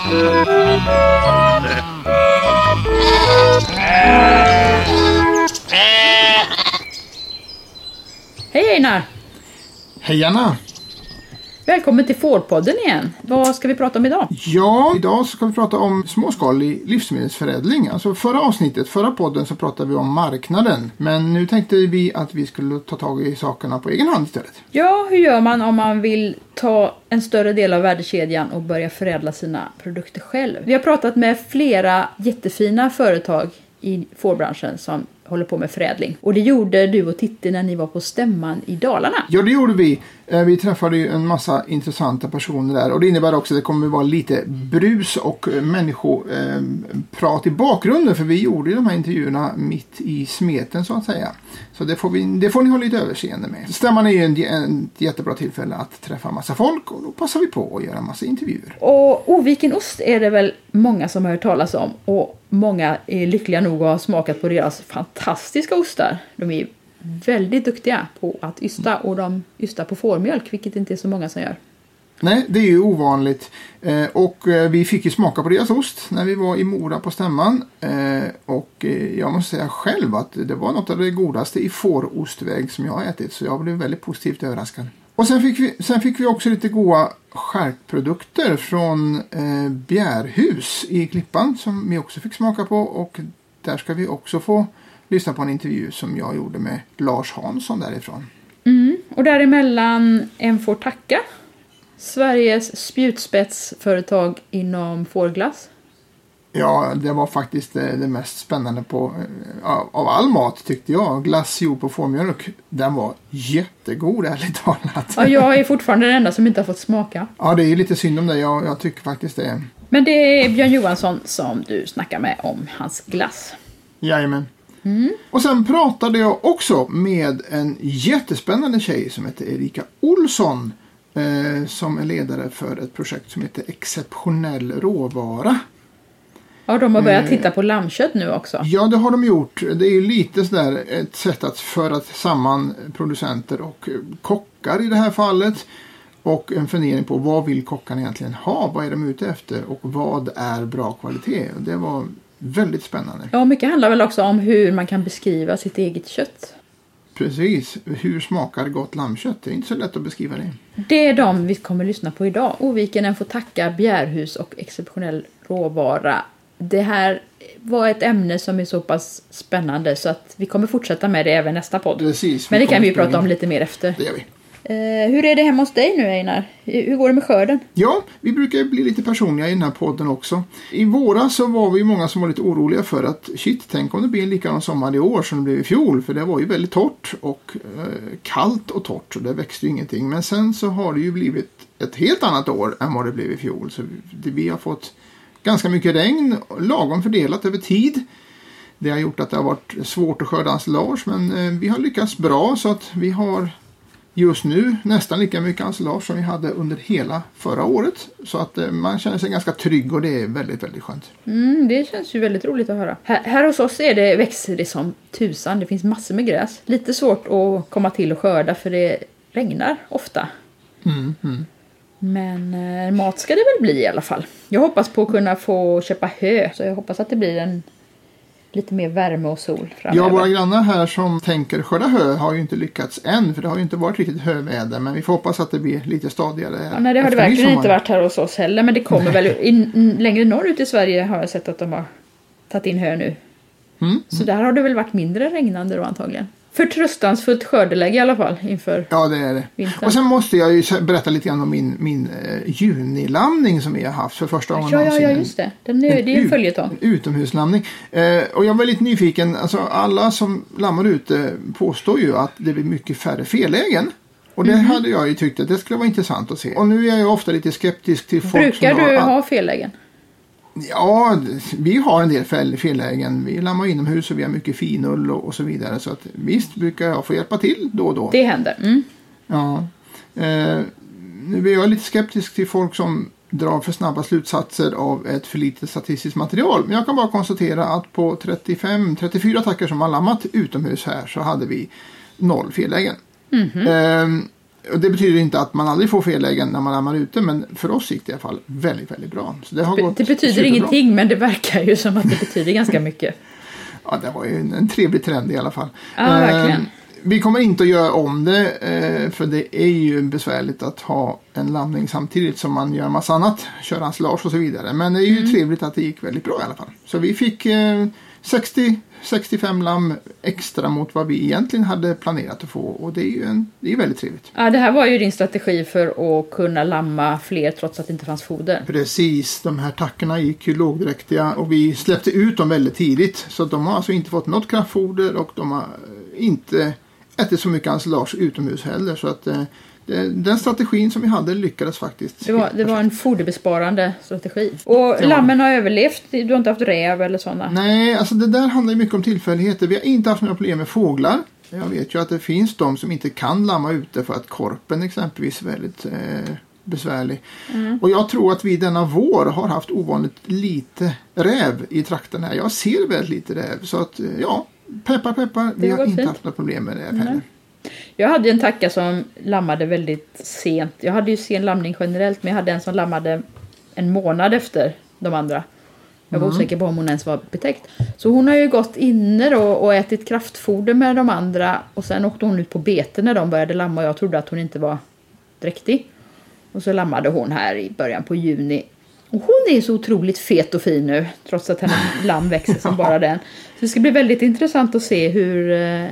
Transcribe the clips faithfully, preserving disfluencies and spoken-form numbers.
Hej Einar! Hej Anna! Välkommen till Fårpodden igen. Vad ska vi prata om idag? Ja, idag ska vi prata om småskalig livsmedelsförädling. Alltså förra avsnittet, förra podden så pratade vi om marknaden. Men nu tänkte vi att vi skulle ta tag i sakerna på egen hand istället. Ja, hur gör man om man vill ta en större del av värdekedjan och börja förädla sina produkter själv? Vi har pratat med flera jättefina företag i fårbranschen som håller på med förädling. Och det gjorde du och Titti när ni var på stämman i Dalarna. Ja, det gjorde vi. Vi träffade ju en massa intressanta personer där. Och det innebär också att det kommer att vara lite brus och människoprat i bakgrunden. För vi gjorde ju de här intervjuerna mitt i smeten så att säga. Så det får, vi, det får ni ha lite överseende med. Stämman är ju en, en jättebra tillfälle att träffa en massa folk. Och då passar vi på att göra en massa intervjuer. Och Ovikenost är det väl många som har hört talas om. Och många är lyckliga nog att ha smakat på deras fantastiska ostar. De är väldigt duktiga på att ysta och de ystar på fårmjölk, vilket inte är så många som gör. Nej, det är ju ovanligt. Eh, och eh, vi fick ju smaka på deras ost när vi var i Mora på stämman. Eh, och eh, jag måste säga själv att det var något av det godaste i fårostväg som jag har ätit. Så jag blev väldigt positivt överraskad. Och sen fick vi, sen fick vi också lite goda skärpprodukter från eh, Bjärhus i Klippan som vi också fick smaka på. Och där ska vi också få lyssna på en intervju som jag gjorde med Lars Hansson därifrån. Mm, och däremellan en får tacka. Sveriges spjutspetsföretag inom fårglass. Ja, det var faktiskt det, det mest spännande på, av, av all mat tyckte jag. Glass gjord på fårmjölk, den var jättegod ärligt talat. Ja, jag är fortfarande den enda som inte har fått smaka. Ja, det är lite synd om det. Jag, jag tycker faktiskt det. Men det är Björn Johansson som du snackar med om hans glass. Jajamän. Mm. Och sen pratade jag också med en jättespännande tjej som heter Erika Olsson. Eh, som är ledare för ett projekt som heter Exceptionell råvara. Ja, de har börjat titta på lammkött nu också. Ja, det har de gjort. Det är ju lite sådär ett sätt att föra samman producenter och kockar i det här fallet. Och en fundering på vad vill kockarna egentligen ha? Vad är de ute efter? Och vad är bra kvalitet? Och det var väldigt spännande. Ja, mycket handlar väl också om hur man kan beskriva sitt eget kött. Precis. Hur smakar gott lammkött? Det är inte så lätt att beskriva det. Det är de vi kommer att lyssna på idag. Ovikenen får tacka Bjärhus och Exceptionell råvara. Det här var ett ämne som är så pass spännande så att vi kommer fortsätta med det även nästa podd. Precis. Men det kan vi ju prata om lite mer efter. Det gör vi. Eh, hur är det hemma hos dig nu, Einar? Hur går det med skörden? Ja, vi brukar bli lite personliga i den här podden också. I våras så var vi många som var lite oroliga för att shit, tänk om det blir en likadan sommar i år som det blev i fjol. För det var ju väldigt torrt och eh, kallt och torrt och det växte ju ingenting. Men sen så har det ju blivit ett helt annat år än vad det blev i fjol. Så det, vi har fått ganska mycket regn, lagom fördelat över tid. Det har gjort att det har varit svårt att skörda ensilage, men eh, vi har lyckats bra så att vi har just nu nästan lika mycket ensilage som vi hade under hela förra året. Så att eh, man känner sig ganska trygg och det är väldigt, väldigt skönt. Mm, det känns ju väldigt roligt att höra. Här, här hos oss är det, växer det som tusan. Det finns massor med gräs. Lite svårt att komma till och skörda för det regnar ofta. Mm, mm. Men eh, mat ska det väl bli i alla fall. Jag hoppas på att kunna få köpa hö. Så jag hoppas att det blir en lite mer värme och sol framöver. Ja, våra grannar här som tänker skörda hö har ju inte lyckats än. För det har ju inte varit riktigt höväder. Men vi får hoppas att det blir lite stadigare. Ja, nej, det har det verkligen inte varit här hos oss heller. Men det kommer nej. väl in, in, längre norrut i Sverige har jag sett att de har tagit in hö nu. Mm, så mm. där har det väl varit mindre regnande då antagligen. Förtröstansfullt skördeläge i alla fall inför ja, det är det. Vintern. Och sen måste jag ju berätta lite grann om min, min uh, junilamning som vi har haft för första gången. Ja, ja, ja, just det. Den är, det är en följetong. En utomhuslamning. Uh, och jag var lite nyfiken. Alltså, alla som lammar ute påstår ju att det blir mycket färre fellägen. Och det mm-hmm. hade jag ju tyckt att det skulle vara intressant att se. Och nu är jag ofta lite skeptisk till folk Brukar som du har... ha fellägen? Ja, vi har en del fellägen. Vi lammar inomhus och vi har mycket finull och, och så vidare. Så att visst brukar jag få hjälpa till då och då. Det händer. Mm. Ja. Eh, nu är jag lite skeptisk till folk som drar för snabba slutsatser av ett för litet statistiskt material. Men jag kan bara konstatera att på trettiofem trettiofyra tackar som har lammat utomhus här så hade vi noll fellägen. Mm-hmm. Eh, Och det betyder inte att man aldrig får fel lägen när man lammar ute, men för oss gick det i alla fall väldigt, väldigt bra. Så det har Be- gått det betyder superbra. ingenting, men det verkar ju som att det betyder ganska mycket. Ja, det var ju en, en trevlig trend i alla fall. Ja, verkligen. Eh, vi kommer inte att göra om det, eh, för det är ju besvärligt att ha en lamning samtidigt som man gör massa annat, kör ensilage och så vidare. Men det är ju mm. trevligt att det gick väldigt bra i alla fall. Så vi fick eh, sextio sextiofem lamm extra mot vad vi egentligen hade planerat att få, och det är ju en, det är väldigt trevligt. Ja, det här var ju din strategi för att kunna lamma fler trots att det inte fanns foder. Precis, de här tackorna gick ju lågdräktiga och vi släppte ut dem väldigt tidigt, så de har alltså inte fått något kraftfoder och de har inte ätit så mycket ensilage utomhus heller, så att det, den strategin som vi hade lyckades faktiskt. Det var, det var en foderbesparande strategi. Och lammen har överlevt, du har inte haft räv eller sådana? Nej, alltså det där handlar ju mycket om tillfälligheter. Vi har inte haft några problem med fåglar. Jag vet ju att det finns de som inte kan lamma ute för att korpen exempelvis är väldigt eh, besvärlig. Mm. Och jag tror att vi denna vår har haft ovanligt lite räv i trakten här. Jag ser väldigt lite räv, så att ja, peppar peppar, vi har inte fint. haft några problem med räv mm. heller. Jag hade en tacka som lammade väldigt sent. Jag hade ju sen lamning generellt, men jag hade en som lammade en månad efter de andra. Jag var mm. osäker på om hon ens var betäckt. Så hon har ju gått inne då och ätit kraftfoder med de andra. Och sen åkte hon ut på bete när de började lamma. Och jag trodde att hon inte var dräktig. Och så lammade hon här i början på juni. Och hon är så otroligt fet och fin nu. Trots att hennes lamm växer som bara den. Så det ska bli väldigt intressant att se hur...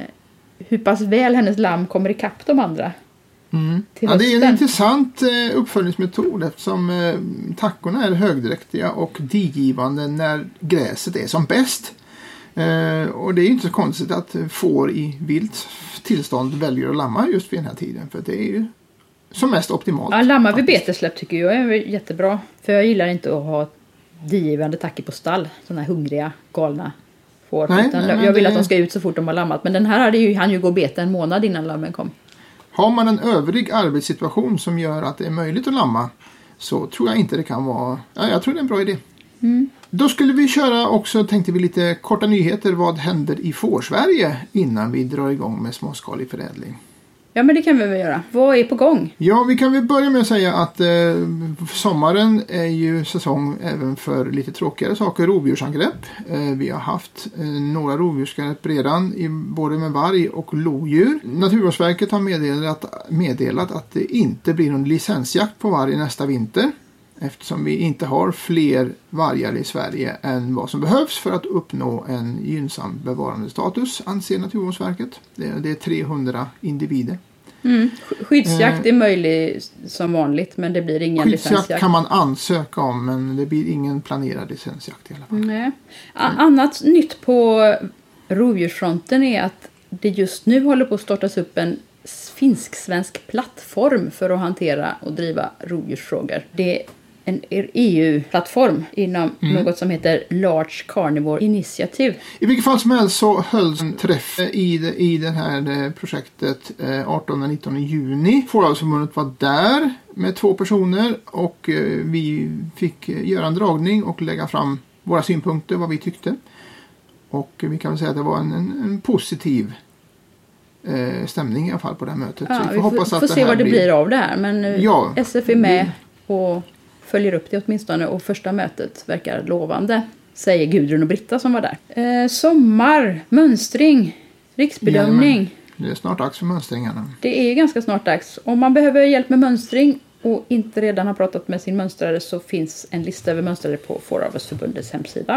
hur pass väl hennes lamm kommer ikapp de andra. Mm. Ja, det är en intressant eh, uppföljningsmetod, eftersom eh, tackorna är högdräktiga och digivande när gräset är som bäst. Eh, och det är inte så konstigt att får i vilt tillstånd väljer att lamma just vid den här tiden, för det är ju som mest optimalt. Ja, lamma vid betesläpp tycker jag är jättebra, för jag gillar inte att ha digivande tackor på stall, sådana här hungriga, galna. Nej, utan nej, jag vill det... att de ska ut så fort de har lammat. Men den här hade ju, han ju gå beta en månad innan lammen kom. Har man en övrig arbetssituation som gör att det är möjligt att lamma, så tror jag inte det kan vara... Ja, jag tror det är en bra idé. Mm. Då skulle vi köra också, tänkte vi, lite korta nyheter. Vad händer i Fårsverige innan vi drar igång med småskalig förädling? Ja, men det kan vi väl göra. Vad är på gång? Ja, vi kan väl börja med att säga att eh, sommaren är ju säsong även för lite tråkigare saker, rovdjursangrepp. Eh, vi har haft eh, några rovdjursangrepp redan, i, både med varg och lodjur. Naturvårdsverket har meddelat, meddelat att det inte blir någon licensjakt på varg nästa vinter, eftersom vi inte har fler vargar i Sverige än vad som behövs för att uppnå en gynnsam bevarandestatus, anser Naturvårdsverket. Det, det är trehundra individer. Mm. Skyddsjakt är möjlig som vanligt, men det blir ingen Skyddsjakt licensjakt. Kan man ansöka om, men det blir ingen planerad licensjakt i alla fall. Nej. Annat nytt på rovdjursfronten är att det just nu håller på att startas upp en finsk-svensk plattform för att hantera och driva rovdjursfrågor. Det är en E U-plattform inom mm. något som heter Large Carnivore Initiative. I vilket fall som helst så hölls en träff i det, i det här projektet artonde nittonde juni. Fåravelsförbundet var där med två personer och vi fick göra en dragning och lägga fram våra synpunkter, vad vi tyckte. Och vi kan väl säga att det var en, en, en positiv stämning i alla fall på det här mötet. Ja, så vi får, vi hoppas får, att får det se här vad det blir... blir av det här. Men ja, S F är med och följer upp det åtminstone, och första mötet verkar lovande, säger Gudrun och Britta som var där. Eh, sommar, mönstring, riksbedömning. Ja, det är snart dags för mönstringarna. Det är ganska snart dags. Om man behöver hjälp med mönstring och inte redan har pratat med sin mönstrare, så finns en lista över mönstrare på Fåravelsförbundets hemsida.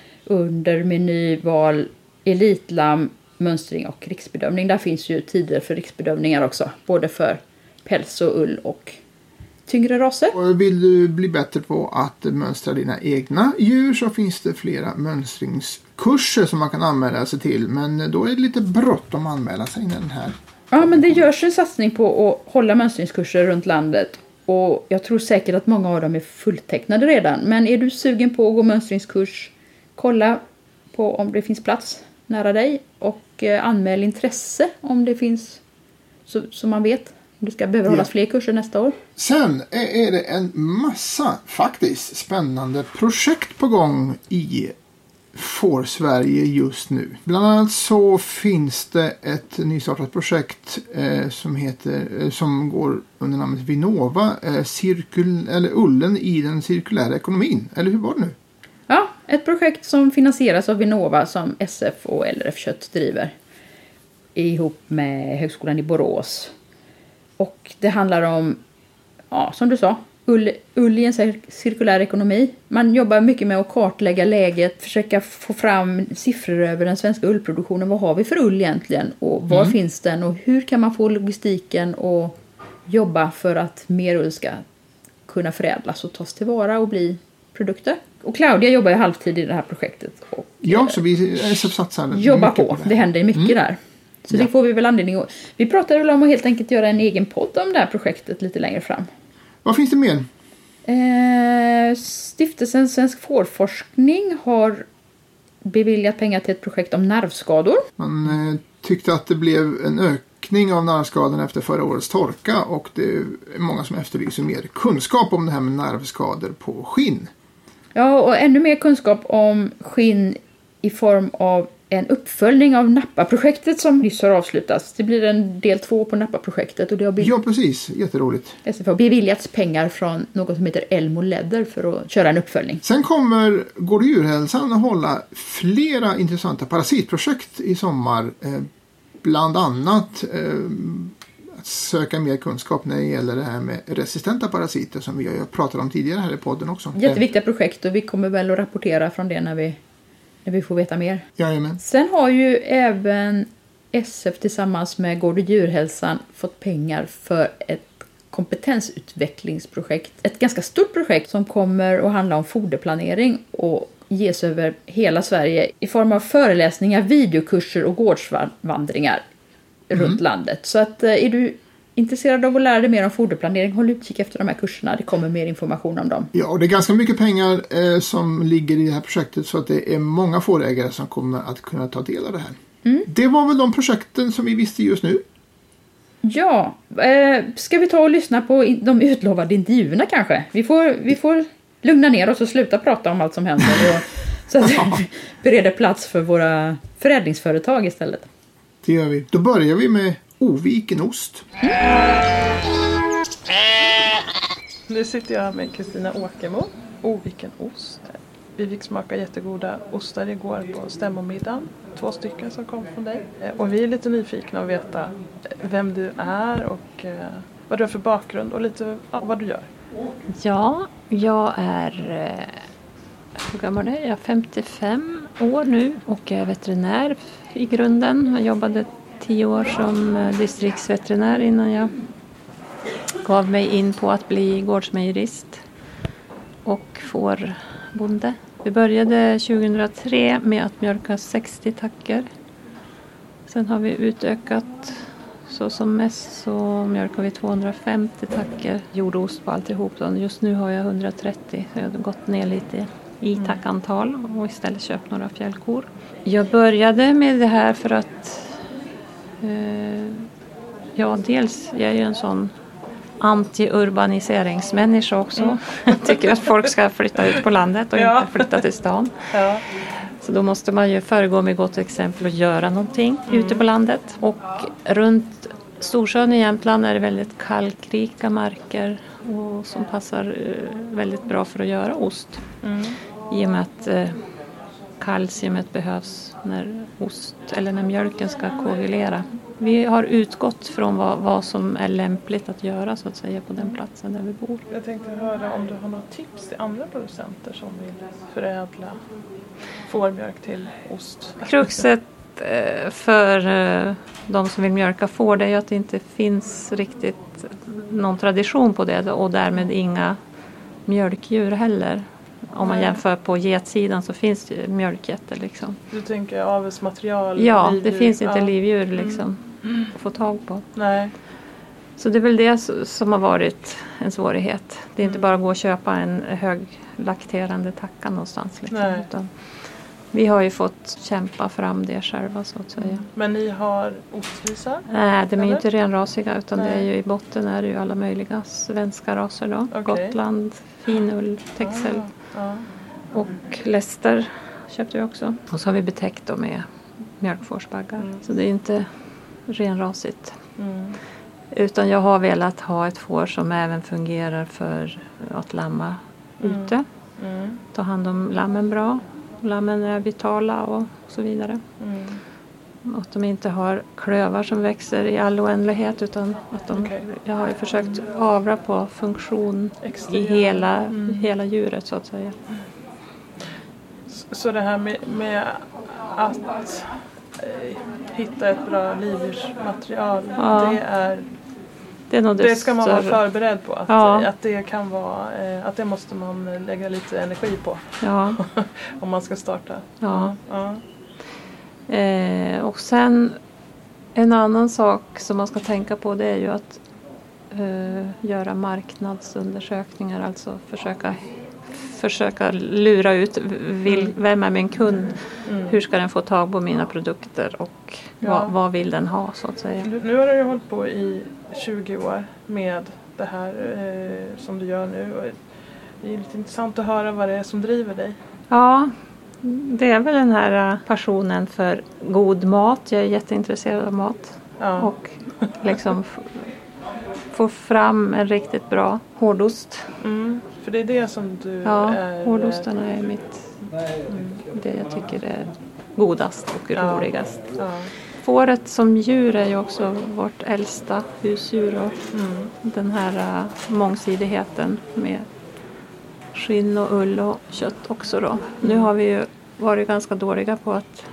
Under menyval elitlam, mönstring och riksbedömning. Där finns ju tider för riksbedömningar också, både för päls och ull och tyngre raser. Och vill du bli bättre på att mönstra dina egna djur, så finns det flera mönstringskurser som man kan anmäla sig till. Men då är det lite bråttom att anmäla sig innan den här. Ja, men det görs en satsning på att hålla mönstringskurser runt landet. Och jag tror säkert att många av dem är fulltecknade redan. Men är du sugen på att gå mönstringskurs, kolla på om det finns plats nära dig. Och anmäl intresse om det finns, så, så man vet. Du ska behöva hålla ja. fler kurser nästa år. Sen är det en massa faktiskt spännande projekt på gång i får Sverige just nu. Bland annat så finns det ett nystartat projekt eh, som heter eh, som går under namnet Vinnova, eh, cirkul, eller ullen i den cirkulära ekonomin. Eller hur var det nu? Ja, ett projekt som finansieras av Vinnova som S F och L R F Kött driver ihop med Högskolan i Borås. Och det handlar om, ja, som du sa, ull, ull i en cirkulär ekonomi. Man jobbar mycket med att kartlägga läget, försöka få fram siffror över den svenska ullproduktionen. Vad har vi för ull egentligen och var mm. finns den och hur kan man få logistiken och jobba för att mer ull ska kunna förädlas och tas tillvara och bli produkter. Och Claudia jobbar ju halvtid i det här projektet. Och, ja, så vi S F satsar jobbar på. på det. det händer mycket mm. där. Så ja. Det får vi väl anledning att... Vi pratade väl om att helt enkelt göra en egen podd om det här projektet lite längre fram. Vad finns det mer? Eh, Stiftelsen Svensk fårforskning har beviljat pengar till ett projekt om nervskador. Man eh, tyckte att det blev en ökning av nervskadorna efter förra årets torka och det är många som efterlyser mer kunskap om det här med nervskador på skinn. Ja, och ännu mer kunskap om skinn i form av en uppföljning av Nappa-projektet som nyss har avslutats. Det blir en del två på Nappa-projektet. Och det har bev- ja, precis. Jätteroligt. S F har beviljats pengar från något som heter Elmo Leather för att köra en uppföljning. Sen kommer Gård- och djurhälsan att hålla flera intressanta parasitprojekt i sommar. Eh, bland annat eh, att söka mer kunskap när det gäller det här med resistenta parasiter som vi har pratat om tidigare här i podden också. Jätteviktiga projekt och vi kommer väl att rapportera från det när vi När vi får veta mer. Jajamän. Sen har ju även S F tillsammans med Gård- och djurhälsan fått pengar för ett kompetensutvecklingsprojekt. Ett ganska stort projekt som kommer att handla om foderplanering och ges över hela Sverige i form av föreläsningar, videokurser och gårdsvandringar mm. runt landet. Så att är du intresserad av att lära dig mer om foderplanering, håll utkik efter de här kurserna. Det kommer mer information om dem. Ja, och det är ganska mycket pengar eh, som ligger i det här projektet så att det är många fårägare som kommer att kunna ta del av det här. Mm. Det var väl de projekten som vi visste just nu? Ja, eh, ska vi ta och lyssna på de utlovade intervjuerna kanske? Vi får, vi får lugna ner oss och sluta prata om allt som händer och, så att vi bereder plats för våra förädlingsföretag istället. Det gör vi. Då börjar vi med Oviken ost. Nu sitter jag med Kristina Åkermo, Oviken ost. Vi fick smaka jättegoda ostar igår på stämmomiddagen. Två stycken som kom från dig. Och vi är lite nyfikna att veta vem du är och vad du har för bakgrund och lite ja, vad du gör. Ja, jag är, hur gammal är jag? Jag är femtiofem år nu och jag är veterinär i grunden. Jag jobbade tio år som distriktsveterinär innan jag gav mig in på att bli gårdsmejerist och fårbonde. Vi började tjugohundratre med att mjölka sextio tackor. Sen har vi utökat så som mest så mjölkar vi tvåhundrafemtio tackor jordost på alltihop. Just nu har jag hundratrettio så jag har gått ner lite i tackantal och istället köpt några fjällkor. Jag började med det här för att ja, dels jag är ju en sån anti-urbaniseringsmänniska också. Mm. Jag tycker att folk ska flytta ut på landet och ja. inte flytta till stan. Ja. Så då måste man ju föregå med gott exempel och göra någonting mm. ute på landet. Och runt Storsjön i Jämtland är det väldigt kalkrika marker och som passar väldigt bra för att göra ost. Mm. I och med att kalciumet behövs när ost eller när mjölken ska koagulera. Vi har utgått från vad, vad som är lämpligt att göra så att säga på den platsen där vi bor. Jag tänkte höra om du har några tips till andra producenter som vill förädla fårmjölk till ost. Kruxet för de som vill mjölka får det är att det inte finns riktigt någon tradition på det och därmed inga mjölkdjur heller. Om man jämför på getsidan så finns det mjölkgetter liksom. Du tänker avelsmaterial? Ja, livdjur. Det finns inte ja. livdjur liksom mm. att få tag på. Nej. Så det är väl det som har varit en svårighet. Det är mm. inte bara att gå och köpa en höglakterande tacka någonstans. Liksom, utan vi har ju fått kämpa fram det själva så att säga. Mm. Men ni har ostgrisar? Nej, de är ju inte renrasiga utan Nej. det är ju i botten är det ju alla möjliga svenska raser då. Okay. Gotland, finull, texel. Ah. Ja. Och Leicester köpte vi också. Och så har vi betäckt dem med mjölkfårsbaggar. Mm. Så det är inte renrasigt. Mm. Utan jag har velat ha ett får som även fungerar för att lamma Mm. ute. Mm. Ta hand om lammen bra. Lammen är vitala och så vidare. Mm. Att de inte har klövar som växer i all oändlighet. Utan att de, Okej. jag har ju försökt avra på funktion Extra. i hela, Mm. hela djuret så att säga. Så det här med, med att eh, hitta ett bra livdjursmaterial, Ja. det är Det, är nog det, det ska man vara större. förberedd på. Att, Ja. att det kan vara, eh, att det måste man lägga lite energi på Ja, om man ska starta. ja. Ja. Eh, och sen en annan sak som man ska tänka på, det är ju att eh, göra marknadsundersökningar. Alltså försöka, försöka lura ut vill, Mm. vem är min kund. Mm. Hur ska den få tag på mina produkter och Ja. vad, vad vill den ha så att säga. Nu, nu har du ju hållit på i tjugo år med det här eh, som du gör nu. Och det är lite intressant att höra vad det är som driver dig. Ja, det är väl den här eh, passionen för god mat. Jag är jätteintresserad av mat. Ja. Och liksom f- få fram en riktigt bra hårdost. Mm, för det är det som du Ja, är... hårdostarna är mitt, mm, det jag tycker är godast och Ja. roligast. Ja. Fåret som djur är ju också vårt äldsta husdjur och Mm. den här uh, mångsidigheten med skinn och ull och kött också då. Nu har vi ju varit ganska dåliga på att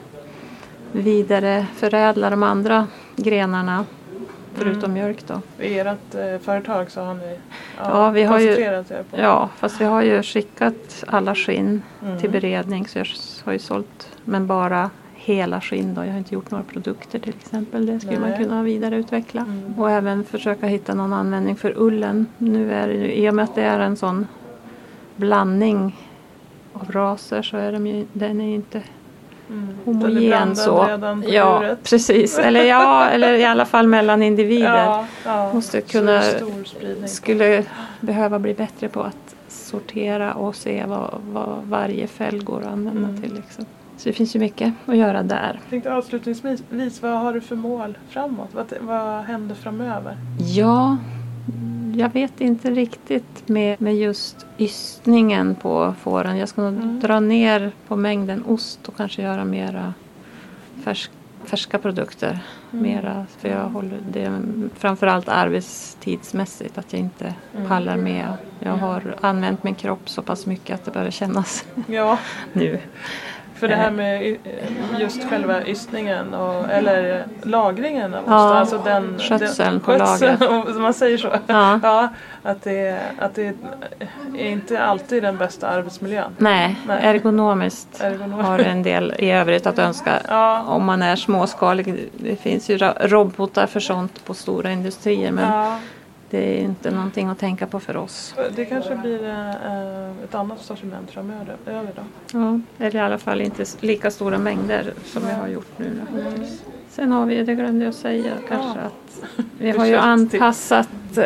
vidare förädla de andra grenarna förutom Mm. mjölk då. I ert eh, företag så har ni ja, Ja, vi har ju- koncentrerat er på... Ja, fast vi har ju skickat alla skinn Mm. till beredning så jag har ju sålt, men bara hela skinn då. Jag har inte gjort några produkter till exempel. Det skulle Nej. man kunna vidareutveckla. Mm. Och även försöka hitta någon användning för ullen. Nu är det ju, i och med att det är en sån blandning av raser så är de ju, den är ju inte Mm. Den är homogen blandad så. redan på Ja, djuret. precis. Eller ja, eller i alla fall mellan individer. Ja, ja. Måste Så kunna- stor spridning. Skulle behöva bli bättre på att sortera och se vad, vad varje fäll går att använda Mm. till. Liksom. Så det finns ju mycket att göra där. Jag tänkte avslutningsvis, vad har du för mål framåt? Vad, vad händer framöver? Ja, jag vet inte riktigt med, med just ystningen på fåren. Jag ska nog Mm. dra ner på mängden ost och kanske göra mera färsk, färska produkter. Mm. Mera, för jag håller det är framförallt arbetstidsmässigt att jag inte Mm. pallar med. Jag har använt min kropp så pass mycket att det börjar kännas Ja, nu. för det här med y- just själva ystningen och, eller lagringen av ost. Ja, alltså den, skötseln den, på lagret. och man säger så. Ja. Ja, att det, att det är inte alltid den bästa arbetsmiljön. Nej, Nej. ergonomiskt Ergonomiskt. har en del i övrigt att önska. Ja, Om man är småskalig, det finns ju ra- robotar för sånt på stora industrier men ja, det är inte någonting att tänka på för oss. det kanske blir eh, ett annat sortiment framöver över då. Ja, eller i alla fall inte s- lika stora mängder som vi har gjort nu. Då. Mm. Sen har vi, det glömde jag säga kanske, Ja. att vi Det har ju kötts anpassat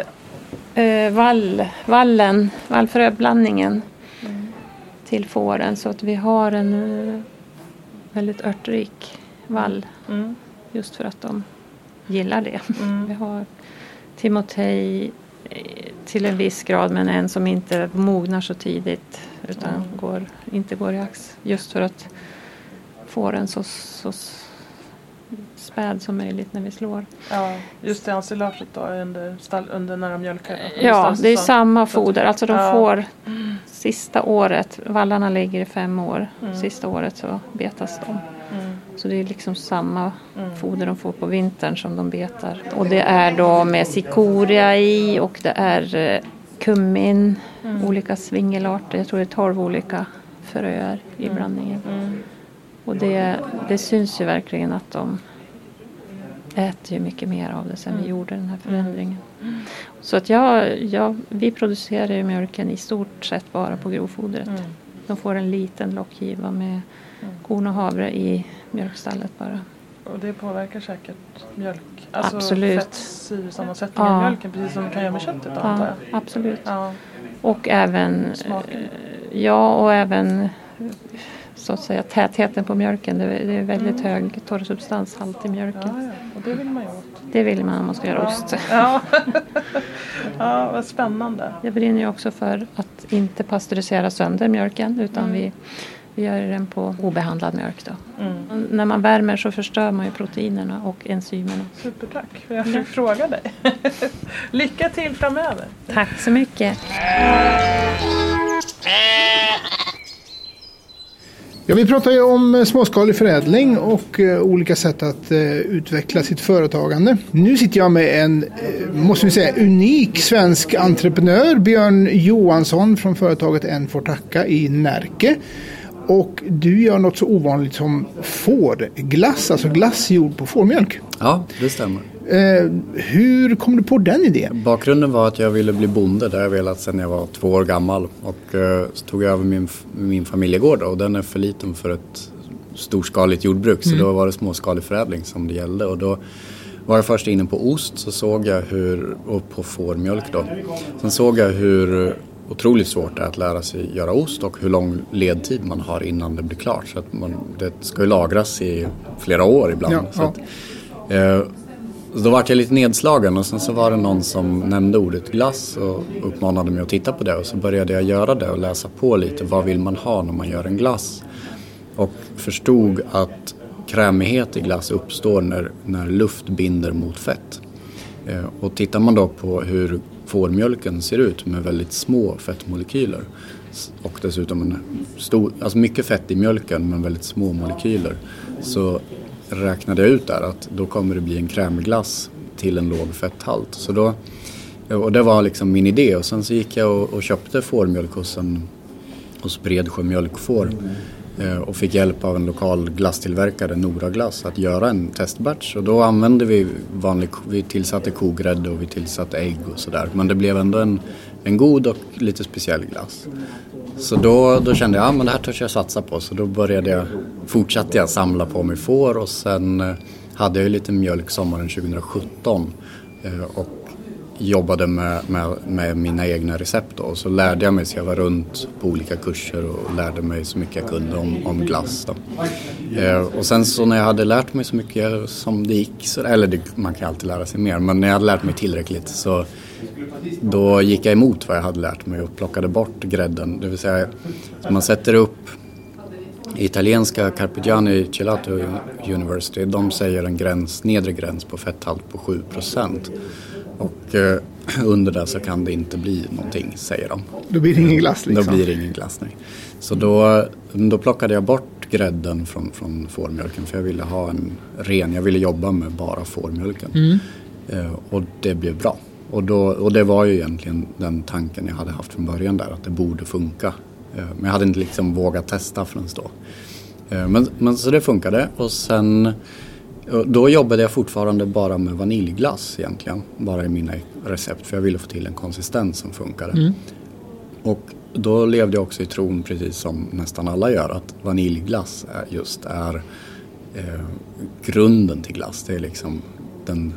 eh, vall, vallen, vallfröblandningen Mm. till fåren så att vi har en eh, väldigt örtrik vall. Mm. Just för att de gillar det. Vi Mm. har Timotej eh, till en viss grad men en som inte mognar så tidigt utan Mm. går, inte går i ax. Just för att få den så, så s- späd som möjligt när vi slår. Ja, just det ensilaget då under, stall, under när de mjölkar. då. Ja, Just det är så. samma foder. Alltså de Ja. får sista året, vallarna ligger i fem år. Mm. Sista året så betas de. Mm. Så det är liksom samma Mm. foder de får på vintern som de betar. Och det är då med cikoria i och det är eh, kummin, Mm. olika svingelarter. Jag tror det är tolv olika fröer i Mm. blandningen. Mm. Och det, det syns ju verkligen att de äter ju mycket mer av det sen vi Mm. gjorde den här förändringen. Så att jag, jag, vi producerar ju mjölken i stort sett bara på grovfodret. Mm. De får en liten lockgiva med Mm. korn och havre i mjölkstallet bara. Och det påverkar säkert mjölk. Alltså Absolut. fettsyresammansättningen Ja. i mjölken precis som det kan göra med köttet antar Ja, jag. absolut. Ja. Och även Smaken. eh, ja och även så att säga tätheten på mjölken. Det är, det är väldigt mm. hög torrsubstanshalt i mjölken. Ja, ja. Och det vill man ju åt. Det vill man om man ska göra ja. ost. Ja. Ja, vad spännande. Jag brinner ju också för att inte pasteurisera sönder mjölken utan mm. vi, vi gör den på obehandlad mjölk då. Mm. När man värmer så förstör man ju proteinerna och enzymerna. Supertack för jag fick fråga dig. Lycka till framöver. Tack så mycket. Ja, vi pratar ju om småskalig förädling och uh, olika sätt att uh, utveckla sitt företagande. Nu sitter jag med en, uh, måste vi säga, unik svensk entreprenör, Björn Johansson från företaget En får tacka i Närke. Och du gör något så ovanligt som fårglass, alltså glass gjord på fårmjölk. Ja, det stämmer. Uh, hur kom du på den idén? Bakgrunden var att jag ville bli bonde, där jag velat sedan jag var två år gammal. Och uh, så tog jag över min, min familjegård och den är för liten för ett storskaligt jordbruk. Mm. Så då var det småskalig förädling som det gällde. Och då var jag först inne på ost, så såg jag hur, och på fårmjölk då. Sen såg jag hur otroligt svårt det är att lära sig göra ost och hur lång ledtid man har innan det blir klart. Så att man, det ska ju lagras i flera år ibland. Ja, så att, uh, Så då var jag lite nedslagen och sen så var det någon som nämnde ordet glass och uppmanade mig att titta på det. Och så började jag göra det och läsa på lite. Vad vill man ha när man gör en glass? Och förstod att krämighet i glass uppstår när, när luft binder mot fett. Eh, och tittar man då på hur fårmjölken ser ut med väldigt små fettmolekyler. Och dessutom en stor, alltså mycket fett i mjölken men väldigt små molekyler. Så räknade jag ut där att då kommer det bli en krämglass till en låg fetthalt. Så då, och det var liksom min idé. Och sen så gick jag och, och köpte fårmjölk hos, en, hos Bredsjö mjölkfår. Eh, och fick hjälp av en lokal glasstillverkare, Nora Glass, att göra en testbatch. Och då använde vi vanlig, vi tillsatte kogrädde och vi tillsatte ägg och sådär. Men det blev ändå en, en god och lite speciell glass. Så då, då kände jag, ja men det här törs jag satsa på. Så då började jag, fortsatte jag samla på mig får och sen eh, hade jag ju lite mjölk sommaren tjugohundrasjutton eh, och jobbade med, med, med mina egna recept då. Och så lärde jag mig, så jag var runt på olika kurser och lärde mig så mycket jag kunde om, om glass då. Eh, och sen så när jag hade lärt mig så mycket som det gick, så, eller det, man kan alltid lära sig mer, men när jag hade lärt mig tillräckligt så då gick jag emot vad jag hade lärt mig och plockade bort grädden. Det vill säga, man sätter upp italienska Carpigiani Gelato University, de säger en gräns, nedre gräns på fetthalt på sju procent. Och eh, under det så kan det inte bli någonting, säger de. Då blir det ingen glass liksom? Då blir det ingen glass, nej. Så då, då plockade jag bort grädden från, från fårmjölken, för jag ville ha en ren, jag ville jobba med bara fårmjölken. Mm. Eh, och det blev bra. Och, då, och det var ju egentligen den tanken jag hade haft från början där, att det borde funka. Eh, men jag hade inte liksom vågat testa förrän då. Eh, men, men så det funkade, och sen då jobbade jag fortfarande bara med vaniljglass egentligen. Bara i mina recept, för jag ville få till en konsistens som funkade. Mm. Och då levde jag också i tron, precis som nästan alla gör, att vaniljglass är just är eh, grunden till glass. Det är liksom den,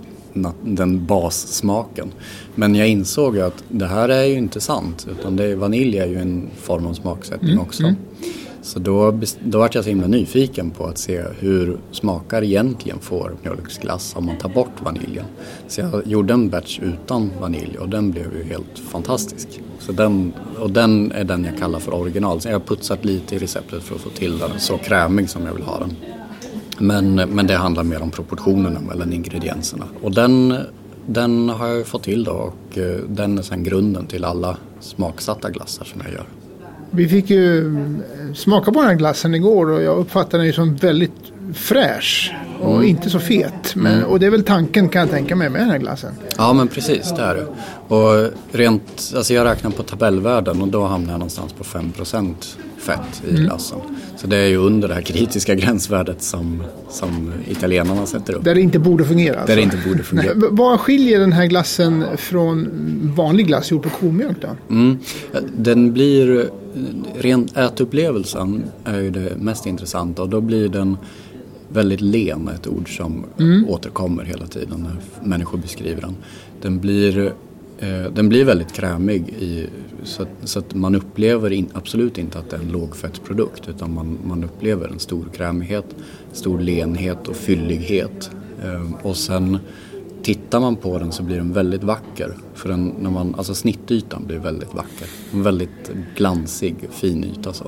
den bassmaken. Men jag insåg att det här är ju inte sant, utan det är, vanilj är ju en form av smaksättning mm. också. Mm. Så då, då var jag så himla nyfiken på att se hur smakar egentligen får mjölksglass om man tar bort vaniljen. Så jag gjorde en batch utan vanilj och den blev ju helt fantastisk. Så den, och den är den jag kallar för original. Så jag har putsat lite i receptet för att få till den så krämig som jag vill ha den. Men, men det handlar mer om proportionerna mellan ingredienserna. Och den, den har jag fått till då, och den är sedan grunden till alla smaksatta glassar som jag gör. Vi fick ju smaka på den här glassen igår och jag uppfattade den ju som väldigt fräsch och mm. inte så fet. Men, mm. Och det är väl tanken, kan jag tänka mig, med den här glassen. Ja, men precis, det är det. Och rent, alltså jag räknar på tabellvärden och då hamnar jag någonstans på fem procent fett i glassen. Mm. Så det är ju under det här kritiska gränsvärdet som, som italienarna sätter upp. Där det inte borde fungera. Alltså. Där det inte borde fungera. Nej, vad skiljer den här glassen från vanlig glass gjord på komjölk då? Mm. Den blir, rent ätupplevelsen är ju det mest intressanta, och då blir den väldigt len, ett ord som mm. återkommer hela tiden när människor beskriver den. Den blir Eh, den blir väldigt krämig i, så, att, så att man upplever in, absolut inte att det är en lågfettprodukt, utan man, man upplever en stor krämighet, stor lenhet och fyllighet. Eh, och sen tittar man på den så blir den väldigt vacker. För den, när man, alltså snittytan blir väldigt vacker. En väldigt glansig, fin yta så.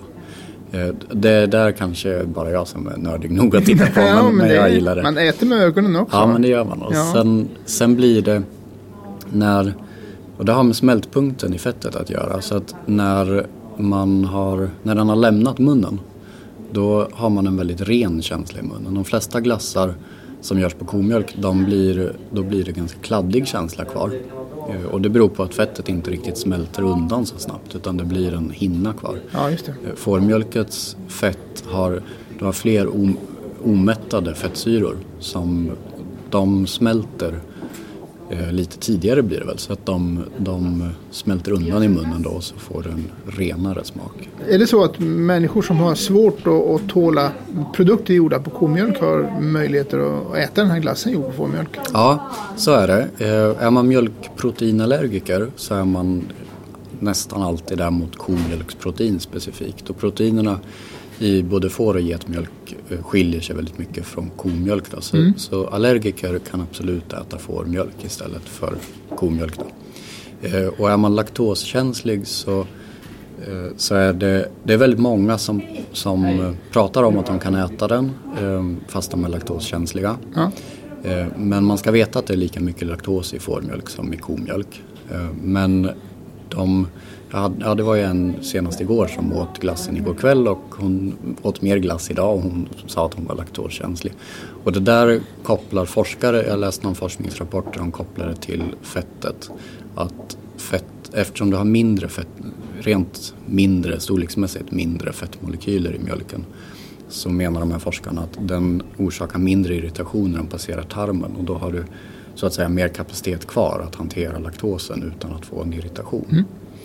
Det där kanske bara jag som är nördig nog att titta på, ja, men, men det, jag gillar det. Man äter med ögonen också. Ja, men det gör man. Och ja. sen, sen blir det när, och det har med smältpunkten i fettet att göra. Så att när man har, när den har lämnat munnen, då har man en väldigt ren känsla i munnen. De flesta glassar som görs på komjölk, de blir, då blir det ganska kladdig känsla kvar. Och det beror på att fettet inte riktigt smälter undan så snabbt, utan det blir en hinna kvar. Ja, just det. Fårmjölkets fett har, det har fler om, omättade fettsyror som de smälter eh, lite tidigare blir det väl, så att de, de smälter undan i munnen då, så får det en renare smak. Är det så att människor som har svårt att, att tåla produkter gjorda på komjölk har möjligheter att äta den här glassen gjord på fårmjölk? Ja, så är det. Eh, är man mjölkproteinallergiker så är man nästan alltid där mot komjölksprotein specifikt. Och proteinerna i både får- och getmjölk skiljer sig väldigt mycket från komjölk. Då. Så, mm. så allergiker kan absolut äta fårmjölk istället för komjölk. Då. Eh, och är man laktoskänslig så, eh, så är det, det är väldigt många som, som eh, pratar om att de kan äta den eh, fast de är laktoskänsliga. Ja. Eh, men man ska veta att det är lika mycket laktos i fårmjölk som i komjölk. Eh, men de... Ja, det var ju en senast igår som åt glassen igår kväll och hon åt mer glass idag och hon sa att hon var laktoskänslig. Och det där kopplar forskare, jag läste någon forskningsrapport där de kopplar det till fettet. Att fett, eftersom du har mindre fett, rent mindre, storleksmässigt mindre fettmolekyler i mjölken, så menar de här forskarna att den orsakar mindre irritation när den passerar tarmen, och då har du så att säga mer kapacitet kvar att hantera laktosen utan att få en irritation. Mm.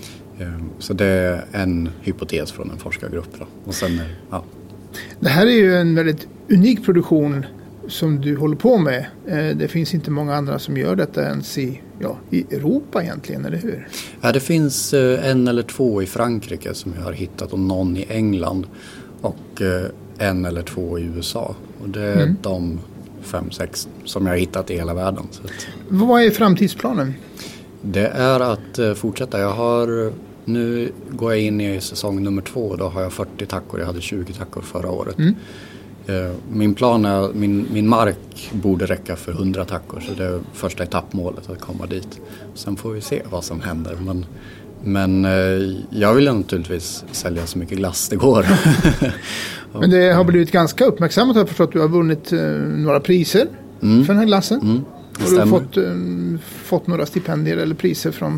Så det är en hypotes från en forskargrupp. Då. Och sen, ja. Det här är ju en väldigt unik produktion som du håller på med. Det finns inte många andra som gör detta ens i, ja, i Europa egentligen, eller hur? Ja, det finns en eller två i Frankrike som jag har hittat och någon i England och en eller två i U S A. Och det är mm. de fem, sex som jag har hittat i hela världen. Så att... Vad är framtidsplanen? Det är att uh, fortsätta. Jag har, nu går jag in i säsong nummer två. Då har jag fyrtio tackor. Jag hade tjugo tackor förra året. Mm. Uh, min plan är, min, min mark borde räcka för hundra tackor. Så det är första etappmålet att komma dit. Sen får vi se vad som händer. Men, men uh, jag vill naturligtvis sälja så mycket glass det går. Men det har blivit ganska uppmärksammat. Jag förstår att du har vunnit uh, några priser mm. för den här glassen. Mm. Har du fått, um, fått några stipendier eller priser från?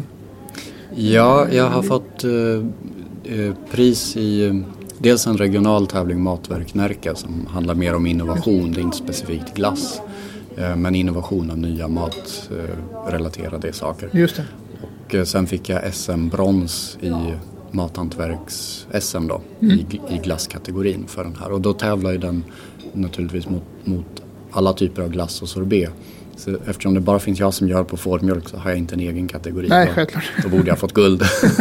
Ja, jag har fått uh, uh, pris i uh, dels en regional tävling, Matverk Närke, som handlar mer om innovation. Det är inte specifikt glass, uh, men innovation av nya matrelaterade uh, saker. Just det. Och uh, sen fick jag S M-brons i mathantverks-S M då, mm. i, i glasskategorin för den här. Och då tävlar ju den naturligtvis mot, mot alla typer av glass och sorbet. Så eftersom det bara finns jag som gör på fårmjölk så har jag inte en egen kategori. Nej, då, självklart. Då borde jag fått guld.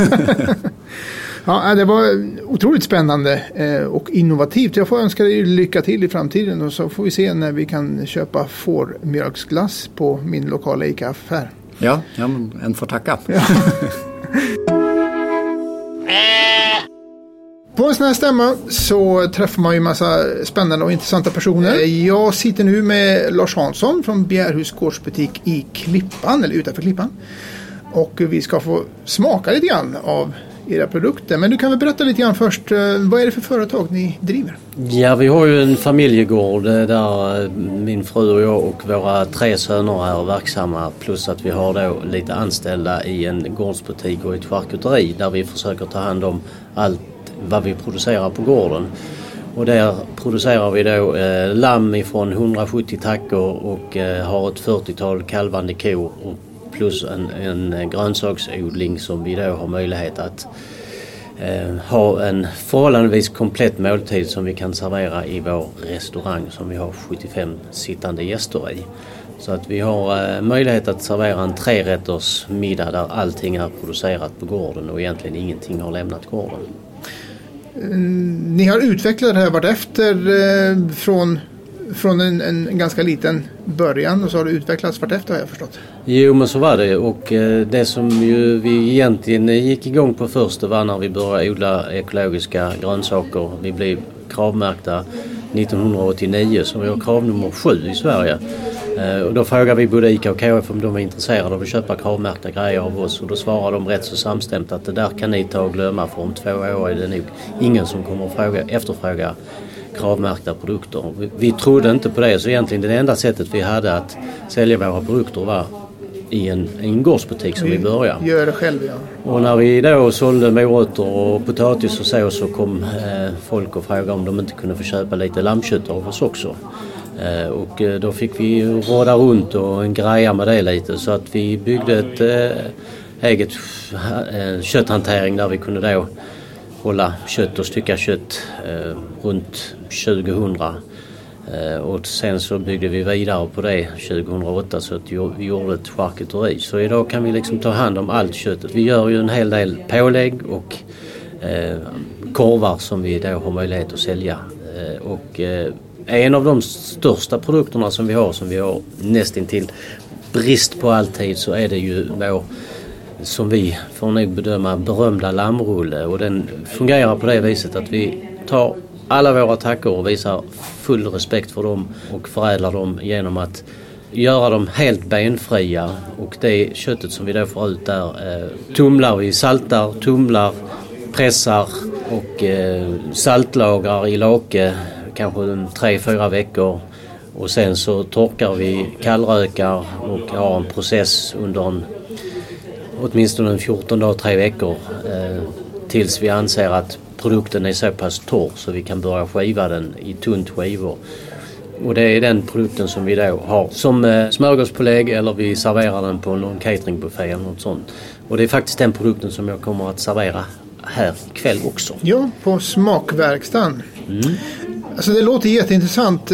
Ja, det var otroligt spännande och innovativt. Jag får önska dig lycka till i framtiden, och så får vi se när vi kan köpa fårmjölksglass på min lokala ICA-affär. Ja, ja, men en får tacka. Ja. På en sån här stämma så träffar man ju en massa spännande och intressanta personer. Jag sitter nu med Lars Hansson från Bjärhus gårdsbutik i Klippan, eller utanför Klippan. Och vi ska få smaka lite grann av era produkter. Men du kan väl berätta lite grann först, vad är det för företag ni driver? Ja, vi har ju en familjegård där min fru och jag och våra tre söner är verksamma. Plus att vi har då lite anställda i en gårdsbutik och ett charkuteri där vi försöker ta hand om allt vad vi producerar på gården. Och där producerar vi då eh, lamm ifrån hundrasjuttio tackor och eh, har ett fyrtiotal kalvande kor och plus en, en grönsaksodling som vi då har möjlighet att eh, ha en förhållandevis komplett måltid som vi kan servera i vår restaurang som vi har sjuttiofem sittande gäster i. Så att vi har möjlighet att servera en trerätters middag där allting är producerat på gården och egentligen ingenting har lämnat gården. Ni har utvecklat det här vartefter eh, från, från en, en ganska liten början och så har det utvecklats vartefter har jag förstått. Jo, men så var det, och eh, det som ju vi egentligen gick igång på först det var när vi började odla ekologiska grönsaker. Vi blev kravmärkta nittonhundraåttionio, så vi har krav nummer sju i Sverige. Eh, och då frågade vi både ICA och K F om de var intresserade av att köpa kravmärkta grejer av oss, och då svarade de rätt så samstämt att det där kan ni ta och glömma, för om två år är det nog ingen som kommer att fråga, efterfråga kravmärkta produkter. Vi, vi trodde inte på det, så egentligen det enda sättet vi hade att sälja våra produkter var i en, en gårdsbutik som vi, vi började. Gör det själv, ja. Och när vi då sålde morötter och potatis och så, så kom eh, folk och frågade om de inte kunde få köpa lite lammkött av oss också. Eh, och eh, då fick vi råda runt och greja med det lite, så att vi byggde ett eh, eget eh, kötthantering där vi kunde då hålla kött och stycka kött eh, runt tjugohundra. Eh, och sen så byggde vi vidare på det tjugohundraåtta, så att vi gjorde ett charkuteri. Så idag kan vi liksom ta hand om allt köttet. Vi gör ju en hel del pålägg och eh, korvar som vi då har möjlighet att sälja. Eh, och eh, en av de största produkterna som vi har, som vi har nästintill brist på alltid, så är det ju vår, som vi får nog bedöma, berömda lammrulle. Och den fungerar på det viset att vi tar alla våra tackor och visar full respekt för dem och förädlar dem genom att göra dem helt benfria. Och det köttet som vi då får ut där eh, tumlar vi, saltar, tumlar, pressar och eh, saltlagrar i lake kanske en tre, fyra veckor. Och sen så torkar vi, kallrökar och har en process under en, åtminstone en fjorton dagar, tre veckor eh, tills vi anser att produkten är så pass torr så vi kan börja skiva den i tunt skivor. Och det är den produkten som vi då har som eh, smörgåspålägg, eller vi serverar den på någon cateringbuffé eller något sånt. Och det är faktiskt den produkten som jag kommer att servera här ikväll också. Ja, på smakverkstan. Mm. Alltså det låter jätteintressant.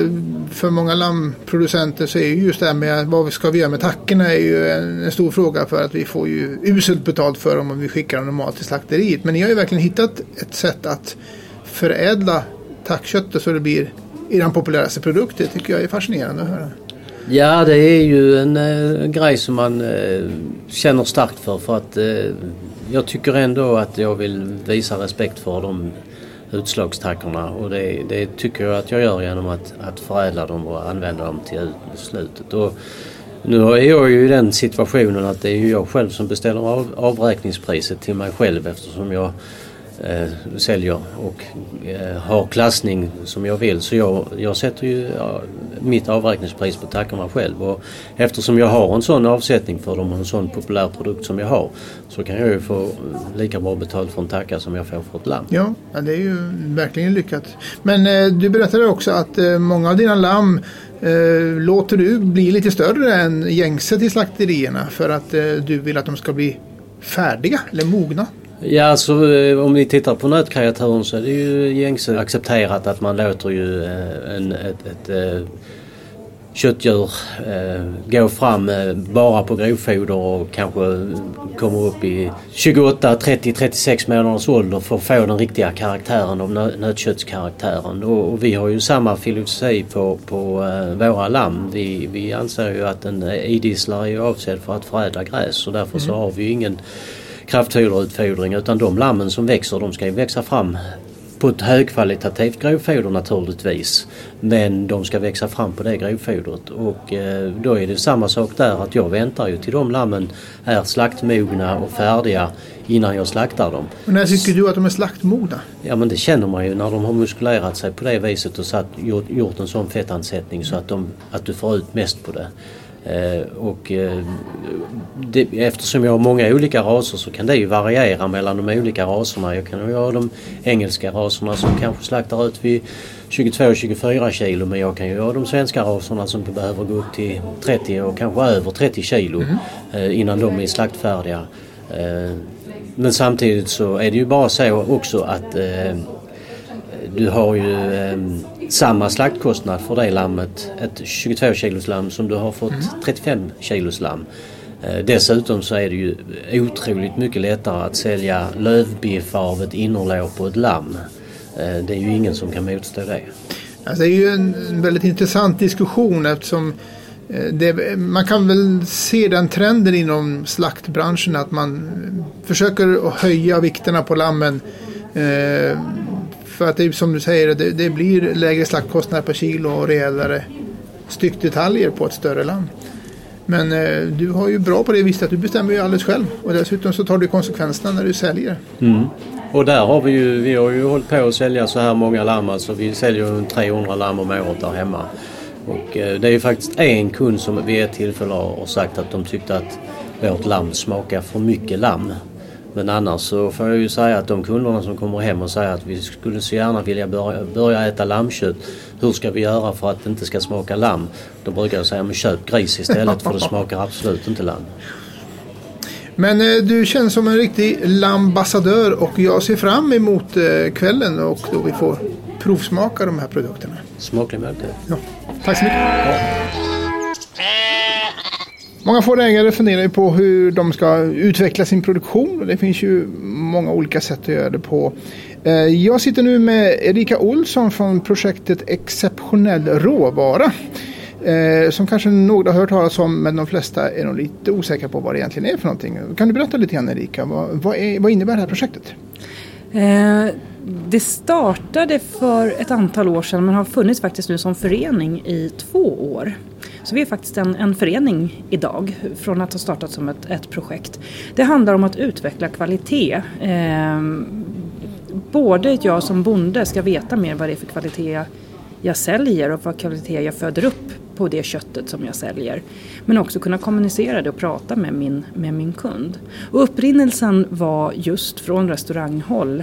För många lammproducenter så är ju just det här med vad vi ska vi göra med tackorna är ju en, en stor fråga, för att vi får ju uselt betalt för dem om vi skickar dem normalt till slakteriet. Men ni har ju verkligen hittat ett sätt att förädla tackköttet så det blir er populäraste produkt. Det tycker jag är fascinerande att höra. Ja, det är ju en, en grej som man eh, känner starkt för, för att eh, jag tycker ändå att jag vill visa respekt för de utslagstackorna, och det, det tycker jag att jag gör genom att, att förädla dem och använda dem till slutet. Och nu är jag ju i den situationen att det är ju jag själv som beställer av, avräkningspriset till mig själv, eftersom jag eh, säljer och eh, har klassning som jag vill. Så jag, jag sätter ju ja, mitt avräkningspris på tackorna själv, och eftersom jag har en sån avsättning för dem och en sån populär produkt som jag har, så kan jag ju få lika bra betalt för en tacka som jag får för ett lamm. Ja, det är ju verkligen lyckat. Men eh, du berättade också att eh, många av dina lamm eh, låter du bli lite större än gängse till slakterierna för att eh, du vill att de ska bli färdiga eller mogna. Ja, alltså om vi tittar på nötkreaturen så är det ju gängse accepterat att man låter ju en, ett, ett, ett köttdjur eh, gå fram eh, bara på grovfoder och kanske kommer upp i tjugoåtta, trettio, trettiosex månaders ålder för att få den riktiga karaktären av nö- nötköttskaraktären. Och, och vi har ju samma filosofi på, på eh, våra lamm. Vi, vi anser ju att en idisslare är avsedd för att förädla gräs, och därför mm. så har vi ju ingen kraftfoderutfodring, utan de lammen som växer, de ska ju växa fram på ett högkvalitativt grovfoder naturligtvis, men de ska växa fram på det grovfodret, och eh, då är det samma sak där, att jag väntar ju till de lammen är slaktmogna och färdiga innan jag slaktar dem. Och när tycker du att de är slaktmogna? Ja, men det känner man ju när de har muskulerat sig på det viset och satt, gjort, gjort en sån fettansättning så att, de, att du får ut mest på det. Eh, och eh, det, eftersom jag har många olika raser så kan det ju variera mellan de olika raserna. Jag kan ju ha de engelska raserna som kanske slaktar ut vid tjugotvå till tjugofyra kilo, men jag kan ju ha de svenska raserna som behöver gå upp till trettio och kanske över trettio kilo mm. eh, innan de är slaktfärdiga. Eh, men samtidigt så är det ju bara så också att eh, du har ju eh, samma slaktkostnad för det lammet, ett tjugotvå kilos lamm som du har fått mm. trettiofem kilos lamm. Eh, dessutom så är det ju otroligt mycket lättare att sälja lövbiff av ett innerlår på ett lamm. Eh, det är ju ingen som kan motstå det. Alltså det är ju en väldigt intressant diskussion eftersom det, man kan väl se den trenden inom slaktbranschen att man försöker att höja vikterna på lammen eh, för att det som du säger det, det blir lägre slaktkostnader per kilo och rejälare styckdetaljer på ett större lamm. Men eh, du har ju bra på det viset att du bestämmer ju alldeles själv och dessutom så tar du konsekvenserna när du säljer. Mm. Och där har vi ju, vi har ju hållit på att sälja så här många lamm, alltså vi säljer ju trehundra lamm om året där hemma. Och eh, det är ju faktiskt en kund som vid ett tillfälle har sagt att de tyckte att vårt lamm smakar för mycket lamm. Men annars så får jag ju säga att de kunderna som kommer hem och säger att vi skulle så gärna vilja börja, börja äta lammkött. Hur ska vi göra för att det inte ska smaka lamm? Då brukar jag säga, men köp gris istället för det smakar absolut inte lamm. Men eh, du känns som en riktig lambassadör och jag ser fram emot eh, kvällen och då vi får provsmaka de här produkterna. Smaklig måltid. Ja, tack så mycket. Ja. Många fårägare funderar ju på hur de ska utveckla sin produktion och det finns ju många olika sätt att göra det på. Eh, jag sitter nu med Erika Olsson från projektet Exceptionell råvara. Eh, som kanske några har hört talas om men de flesta är nog lite osäkra på vad det egentligen är för någonting. Kan du berätta lite grann Erika, vad, vad, är, vad innebär det här projektet? Eh, det startade för ett antal år sedan men har funnits faktiskt nu som förening i två år. Så vi är faktiskt en, en förening idag från att ha startat som ett, ett projekt. Det handlar om att utveckla kvalitet. Eh, både jag som bonde ska veta mer vad det är för kvalitet jag säljer och vad kvalitet jag föder upp på det köttet som jag säljer. Men också kunna kommunicera det och prata med min, med min kund. Och upprinnelsen var just från restauranghåll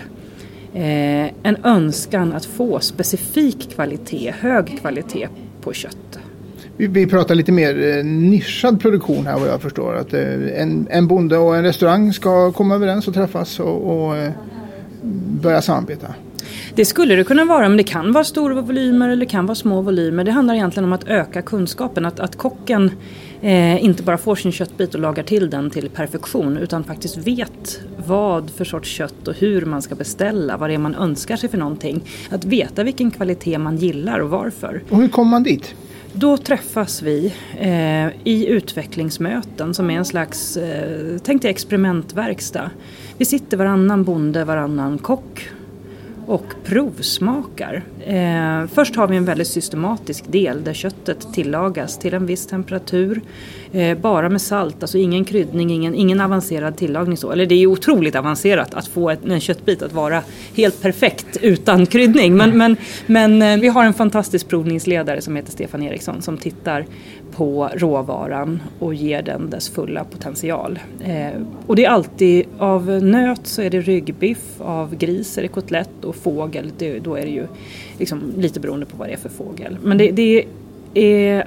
eh, en önskan att få specifik kvalitet, hög kvalitet på kött. Vi, vi pratar lite mer eh, nischad produktion här vad jag förstår. Att eh, en, en bonde och en restaurang ska komma överens och träffas och, och eh, börja samarbeta. Det skulle det kunna vara, men det kan vara stora volymer eller det kan vara små volymer. Det handlar egentligen om att öka kunskapen, att, att kocken eh, inte bara får sin köttbit och lagar till den till perfektion utan faktiskt vet vad för sorts kött och hur man ska beställa, vad det är man önskar sig för någonting. Att veta vilken kvalitet man gillar och varför. Och hur kommer man dit? Då träffas vi eh, i utvecklingsmöten som är en slags, eh, tänk dig experimentverkstad. Vi sitter varannan bonde, varannan kock och provsmakar. Eh, först har vi en väldigt systematisk del där köttet tillagas till en viss temperatur. Eh, bara med salt, alltså ingen kryddning, ingen, ingen avancerad tillagning så. Eller det är ju otroligt avancerat att få ett, en köttbit att vara helt perfekt utan kryddning. Men, men, men eh, vi har en fantastisk provningsledare som heter Stefan Eriksson som tittar på råvaran och ger den dess fulla potential. Eh, och det är alltid av nöt så är det ryggbiff, av gris är det kotlett och fågel, det, då är det ju liksom lite beroende på vad det är för fågel. Men det, det är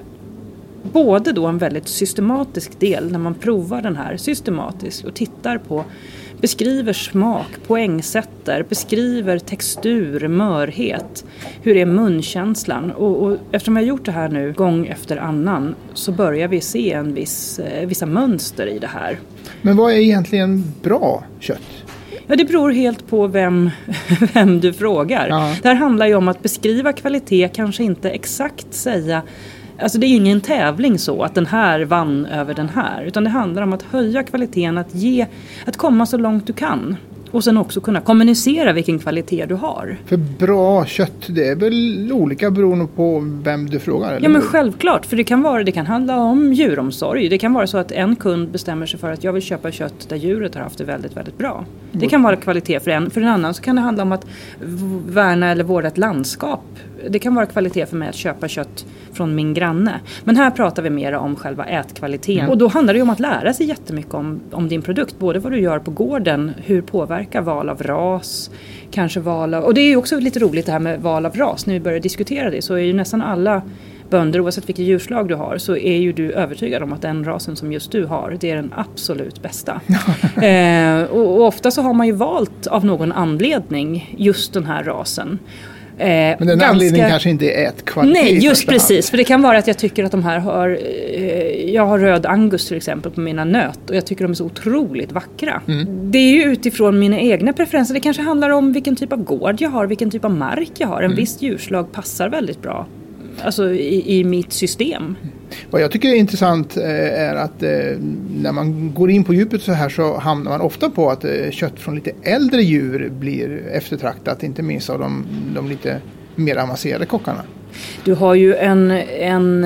både då en väldigt systematisk del när man provar den här systematiskt och tittar på, beskriver smak, poängsätter, beskriver textur, mörhet, hur är munkänslan. Och, och eftersom jag har gjort det här nu gång efter annan så börjar vi se en viss, eh, vissa mönster i det här. Men vad är egentligen bra kött? Ja, det beror helt på vem, vem du frågar. Ja. Det här handlar ju om att beskriva kvalitet, kanske inte exakt säga. Alltså det är ju ingen tävling så att den här vann över den här. Utan det handlar om att höja kvaliteten, att, ge, att komma så långt du kan. Och sen också kunna kommunicera vilken kvalitet du har. För bra kött, det är väl olika beroende på vem du frågar? Eller ja men självklart, för det kan, vara, det kan handla om djuromsorg. Det kan vara så att en kund bestämmer sig för att jag vill köpa kött där djuret har haft det väldigt, väldigt bra. Det kan vara kvalitet för en. För en annan så kan det handla om att värna eller vårda ett landskap. Det kan vara kvalitet för mig att köpa kött från min granne. Men här pratar vi mer om själva ätkvaliteten. Mm. Och då handlar det om att lära sig jättemycket om, om din produkt. Både vad du gör på gården, hur påverkar val av ras, kanske val av... Och det är ju också lite roligt det här med val av ras. När vi börjar diskutera det så är ju nästan alla bönder, oavsett vilket djurslag du har, så är ju du övertygad om att den rasen som just du har, det är den absolut bästa. eh, och, och ofta så har man ju valt av någon anledning just den här rasen. Eh, Men den ganska... anledningen kanske inte är ätkvalitet. Nej, just precis. För det kan vara att jag tycker att de här har... Eh, jag har röd angus till exempel på mina nöt. Och jag tycker de är så otroligt vackra. Mm. Det är ju utifrån mina egna preferenser. Det kanske handlar om vilken typ av gård jag har. Vilken typ av mark jag har. En mm. viss djurslag passar väldigt bra. Alltså i, i mitt system. Vad jag tycker är intressant är att när man går in på djupet så här så hamnar man ofta på att kött från lite äldre djur blir eftertraktat, inte minst av de, de lite mer avancerade kockarna. Du har ju en, en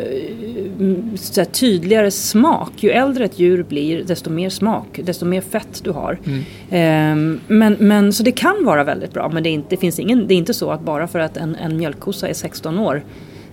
så här, tydligare smak. Ju äldre ett djur blir, desto mer smak, desto mer fett du har. Mm. Ehm, men, men, så det kan vara väldigt bra, men det är inte, det finns ingen, det är inte så att bara för att en, en mjölkkossa är sexton år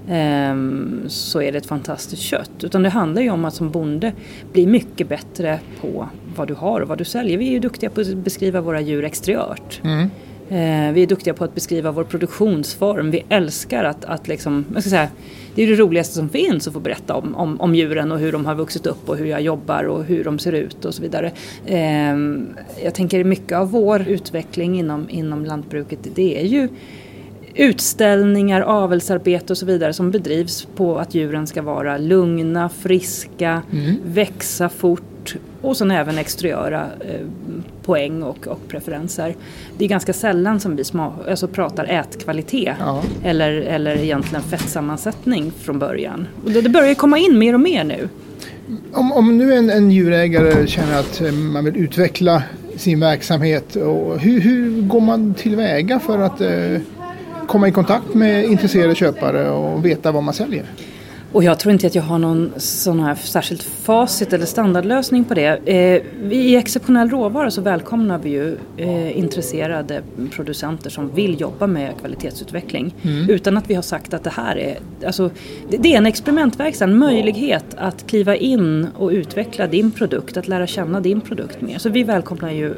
ehm, så är det ett fantastiskt kött. Utan det handlar ju om att som bonde bli mycket bättre på vad du har och vad du säljer. Vi är ju duktiga på att beskriva våra djur exteriört. Mm. Eh, vi är duktiga på att beskriva vår produktionsform. Vi älskar att, att liksom, jag ska säga, det är det roligaste som finns att få berätta om, om, om djuren och hur de har vuxit upp och hur jag jobbar och hur de ser ut och så vidare. Eh, jag tänker mycket av vår utveckling inom, inom lantbruket, det är ju utställningar, avelsarbete och så vidare som bedrivs på att djuren ska vara lugna, friska, mm. växa fort och sen även exteriöra eh, poäng och, och preferenser. Det är ganska sällan som vi sma- alltså pratar ätkvalitet ja. eller, eller egentligen fettsammansättning från början. Och det, det börjar komma in mer och mer nu. Om, om nu en, en djurägare känner att man vill utveckla sin verksamhet, och hur, hur går man tillväga för att eh, komma i kontakt med intresserade köpare och veta vad man säljer? Och jag tror inte att jag har någon sån här särskilt facit eller standardlösning på det. Eh, I Exceptionell råvara så välkomnar vi ju eh, intresserade producenter som vill jobba med kvalitetsutveckling. Mm. Utan att vi har sagt att det här är... Alltså, det, det är en experimentverkstad, en möjlighet att kliva in och utveckla din produkt, att lära känna din produkt mer. Så vi välkomnar ju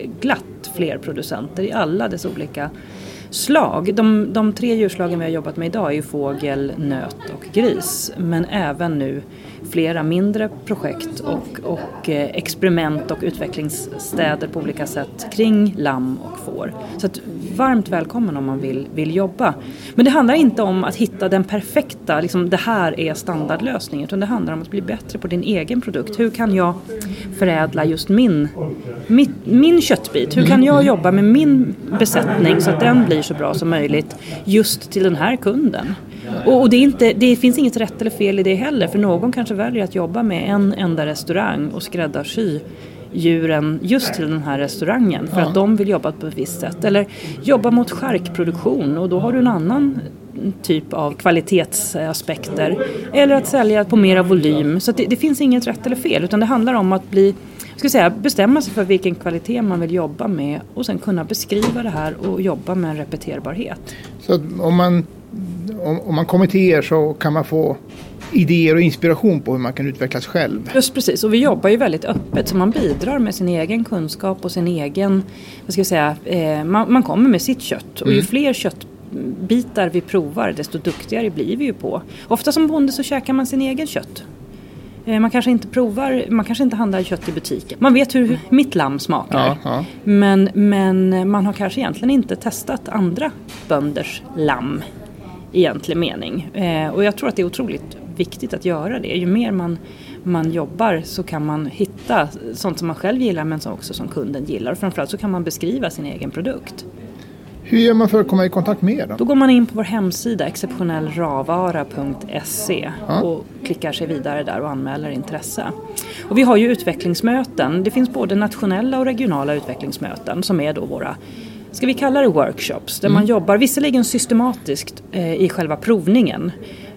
glatt fler producenter i alla dess olika slag. De, de tre djurslagen vi har jobbat med idag är ju fågel, nöt och gris. Men även nu flera mindre projekt och, och experiment och utvecklingsstäder på olika sätt kring lamm och får. Så att varmt välkommen om man vill, vill jobba. Men det handlar inte om att hitta den perfekta, liksom det här är standardlösningen, utan det handlar om att bli bättre på din egen produkt. Hur kan jag förädla just min, min, min köttbit? Hur kan jag jobba med min besättning så att den blir så bra som möjligt just till den här kunden? Och, och det, är inte, det finns inget rätt eller fel i det heller, för någon kanske väljer att jobba med en enda restaurang och skräddarsy djuren just till den här restaurangen för ja. att de vill jobba på ett visst sätt. Eller jobba mot charkproduktion, och då har du en annan typ av kvalitetsaspekter. Eller att sälja på mera volym. Så det, det finns inget rätt eller fel, utan det handlar om att bli, ska säga, bestämma sig för vilken kvalitet man vill jobba med och sen kunna beskriva det här och jobba med en repeterbarhet. Så att om man, om, om man kommer till er så kan man få idéer och inspiration på hur man kan utvecklas själv. Just precis, och vi jobbar ju väldigt öppet, så man bidrar med sin egen kunskap och sin egen, vad ska jag säga, eh, man, man kommer med sitt kött, och mm. ju fler köttbitar vi provar, desto duktigare blir vi ju på. Ofta som bonde så käkar man sin egen kött. Eh, man kanske inte provar, man kanske inte handlar kött i butiken. Man vet hur mitt lamm smakar, ja, ja. Men, men man har kanske egentligen inte testat andra bönders lamm i egentlig mening. Eh, och jag tror att det är otroligt viktigt att göra det. Ju mer man, man jobbar så kan man hitta sånt som man själv gillar, men som också som kunden gillar. Och framförallt så kan man beskriva sin egen produkt. Hur gör man för att komma i kontakt med er då? Då går man in på vår hemsida exceptionell ravara punkt se ja. och klickar sig vidare där och anmäler intresse. Och vi har ju utvecklingsmöten. Det finns både nationella och regionala utvecklingsmöten som är då våra, ska vi kalla det workshops, där mm. man jobbar visserligen systematiskt eh, i själva provningen.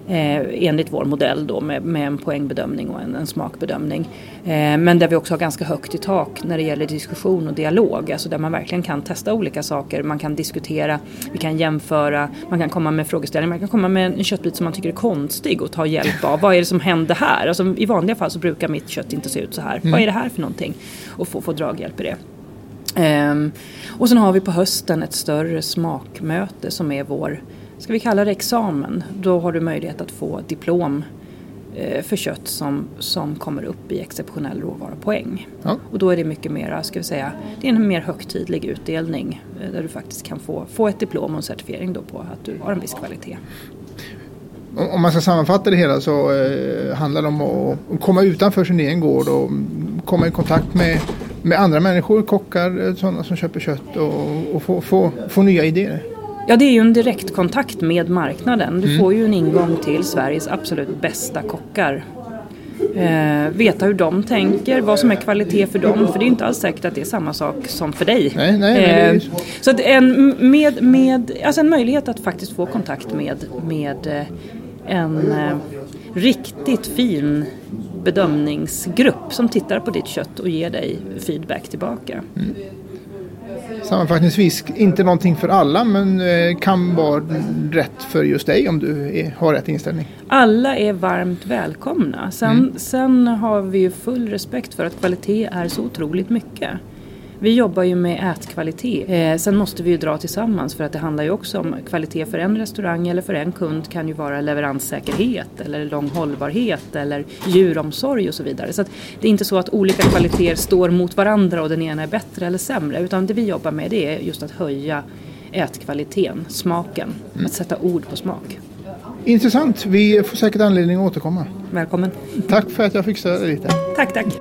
Eh, enligt vår modell då med, med en poängbedömning och en, en smakbedömning. Eh, men där vi också har ganska högt i tak när det gäller diskussion och dialog. Alltså där man verkligen kan testa olika saker. Man kan diskutera, vi kan jämföra, man kan komma med frågeställningar. Man kan komma med en köttbit som man tycker är konstig och ta hjälp av. Vad är det som händer här? Alltså, i vanliga fall så brukar mitt kött inte se ut så här. Mm. Vad är det här för någonting? Och få, få draghjälp i det. Um, och sen har vi på hösten ett större smakmöte som är vår, ska vi kalla det examen. Då har du möjlighet att få diplom för kött som, som kommer upp i exceptionell råvarupoäng. Ja. Och då är det mycket mer, ska vi säga, det är en mer högtidlig utdelning där du faktiskt kan få, få ett diplom och en certifiering då på att du har en viss kvalitet. Om man ska sammanfatta det hela så eh, handlar det om att komma utanför sin egen gård och komma i kontakt med, med andra människor, kockar, sådana som köper kött och, och få, få, få nya idéer. Ja, det är ju en direkt kontakt med marknaden. Du Mm. får ju en ingång till Sveriges absolut bästa kockar. Eh, veta hur de tänker, vad som är kvalitet för dem. För det är inte alls säkert att det är samma sak som för dig. Nej, nej, men det är ju så. Eh, så att en, med, med, alltså en möjlighet att faktiskt få kontakt med, med en eh, riktigt fin bedömningsgrupp som tittar på ditt kött och ger dig feedback tillbaka. Mm. Sammanfattningsvis, inte någonting för alla, men kan vara rätt för just dig om du är, har rätt inställning. Alla är varmt välkomna. Sen, mm. sen har vi ju full respekt för att kvalitet är så otroligt mycket. Vi jobbar ju med ätkvalitet. Eh, sen måste vi ju dra tillsammans för att det handlar ju också om kvalitet för en restaurang eller för en kund kan ju vara leveranssäkerhet eller lång hållbarhet eller djuromsorg och så vidare. Så att det är inte så att olika kvaliteter står mot varandra och den ena är bättre eller sämre, utan det vi jobbar med det är just att höja ätkvaliteten, smaken, mm. att sätta ord på smak. Intressant, vi får säkert anledning att återkomma. Välkommen. Tack för att jag fick störa lite. Tack, tack.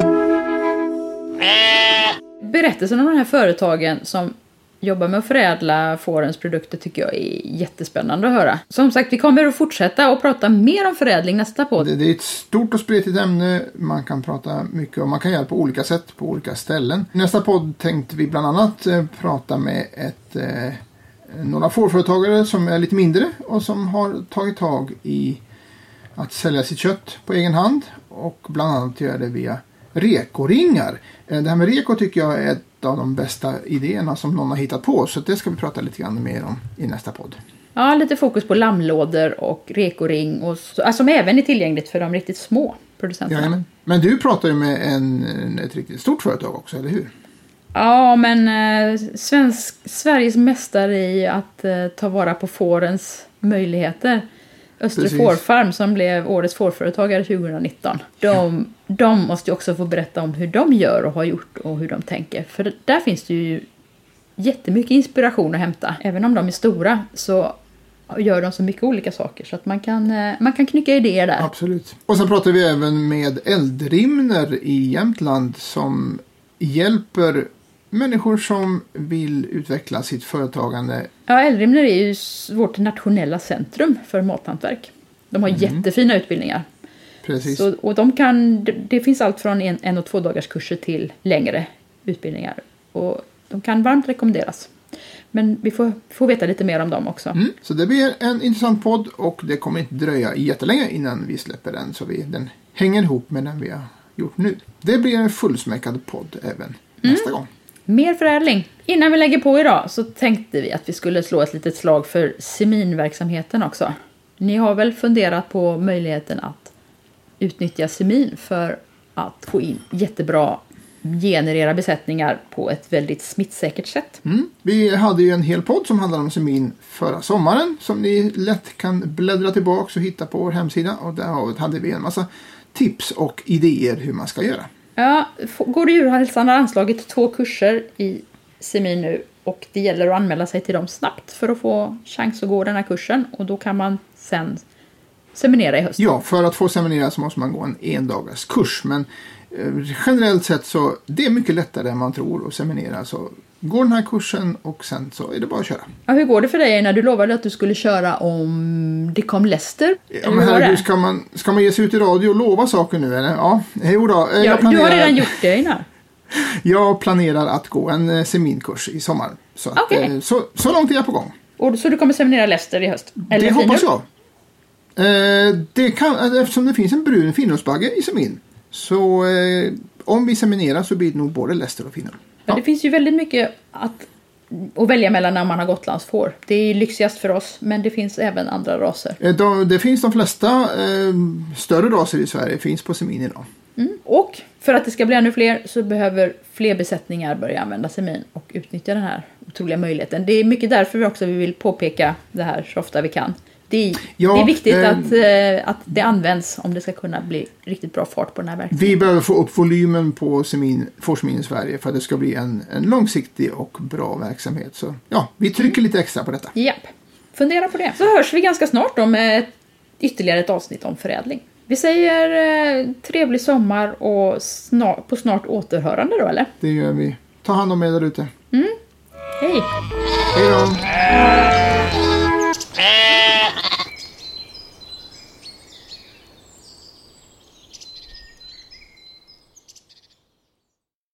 Berättelsen om de här företagen som jobbar med att förädla fårens produkter tycker jag är jättespännande att höra. Som sagt, vi kommer att fortsätta och prata mer om förädling nästa podd. Det, det är ett stort och spretigt ämne. Man kan prata mycket och man kan göra på olika sätt på olika ställen. Nästa podd tänkte vi bland annat eh, prata med ett, eh, några fårföretagare som är lite mindre och som har tagit tag i att sälja sitt kött på egen hand och bland annat göra det via rekoringar. Det här med reko tycker jag är ett av de bästa idéerna som någon har hittat på, så det ska vi prata lite grann mer om i nästa podd. Ja, lite fokus på lammlådor och rekoring och så, alltså, som även är tillgängligt för de riktigt små producenterna. Ja, men, men du pratar ju med en, ett riktigt stort företag också, eller hur? Ja, men eh, svensk, Sveriges mästare i att eh, ta vara på fårens möjligheter. Östre Precis. Fårfarm som blev årets fårföretagare tjugonitton. De, de måste ju också få berätta om hur de gör och har gjort och hur de tänker. För där finns det ju jättemycket inspiration att hämta. Även om de är stora så gör de så mycket olika saker så att man kan, man kan knycka idéer där. Absolut. Och sen pratar vi även med Eldrimner i Jämtland som hjälper människor som vill utveckla sitt företagande. Ja, Eldrimner är ju vårt nationella centrum för mathantverk. De har mm. jättefina utbildningar. Precis. Så, och de kan, det finns allt från en, en och två dagars kurser till längre utbildningar. Och de kan varmt rekommenderas. Men vi får, får veta lite mer om dem också. Mm. Så det blir en intressant podd och det kommer inte dröja jättelänge innan vi släpper den. Så vi, den hänger ihop med den vi har gjort nu. Det blir en fullsmäckad podd även mm. nästa gång. Mer förädling. Innan vi lägger på idag så tänkte vi att vi skulle slå ett litet slag för seminverksamheten också. Ni har väl funderat på möjligheten att utnyttja semin för att få in jättebra generera besättningar på ett väldigt smittsäkert sätt. Mm. Vi hade ju en hel podd som handlade om semin förra sommaren som ni lätt kan bläddra tillbaka och hitta på vår hemsida. Och där hade vi en massa tips och idéer hur man ska göra. Ja, Gård- och djurhälsan har anslagit två kurser i semin nu och det gäller att anmäla sig till dem snabbt för att få chans att gå den här kursen och då kan man sen seminera i höst. Ja, för att få seminera så måste man gå en endagars kurs, men eh, generellt sett så det är mycket lättare än man tror att seminera, så gå den här kursen och sen så är det bara att köra. Ja, hur går det för dig när du lovade att du skulle köra om det kom Leicester? Ja, men herregud, ska man, ska man ge sig ut i radio och lova saker nu eller? Ja, jo då, eh, ja, jag planerar, du har redan gjort det innan. Jag planerar att gå en eh, seminkurs i sommar. Så, att, okay. eh, så, så långt är jag på gång. Och, så du kommer seminera Leicester i höst? Eller det hoppas jag. Eh, det kan, eftersom det finns en brun finrumsbagge i semin. Så eh, om vi seminerar så blir det nog både Leicester och finrum. Ja. Det finns ju väldigt mycket att, att välja mellan när man har gotlandsfår. Det är lyxigast för oss, men det finns även andra raser. Eh, de, det finns de flesta eh, större raser i Sverige finns på semin idag. Mm. Och för att det ska bli ännu fler så behöver fler besättningar börja använda semin och utnyttja den här otroliga möjligheten. Det är mycket därför vi också vill påpeka det här så ofta vi kan. Det, Ja, det är viktigt eh, att, eh, att det används om det ska kunna bli riktigt bra fart på den här verksamheten. Vi behöver få upp volymen på semin, forskningen i Sverige för att det ska bli en, en långsiktig och bra verksamhet. Så ja, vi trycker lite extra på detta. Japp, fundera på det. Så hörs vi ganska snart då med ytterligare ett avsnitt om förädling. Vi säger eh, trevlig sommar och snar, på snart återhörande då, eller? Det gör vi. Ta hand om er där ute. Mm. Hej! Hej då!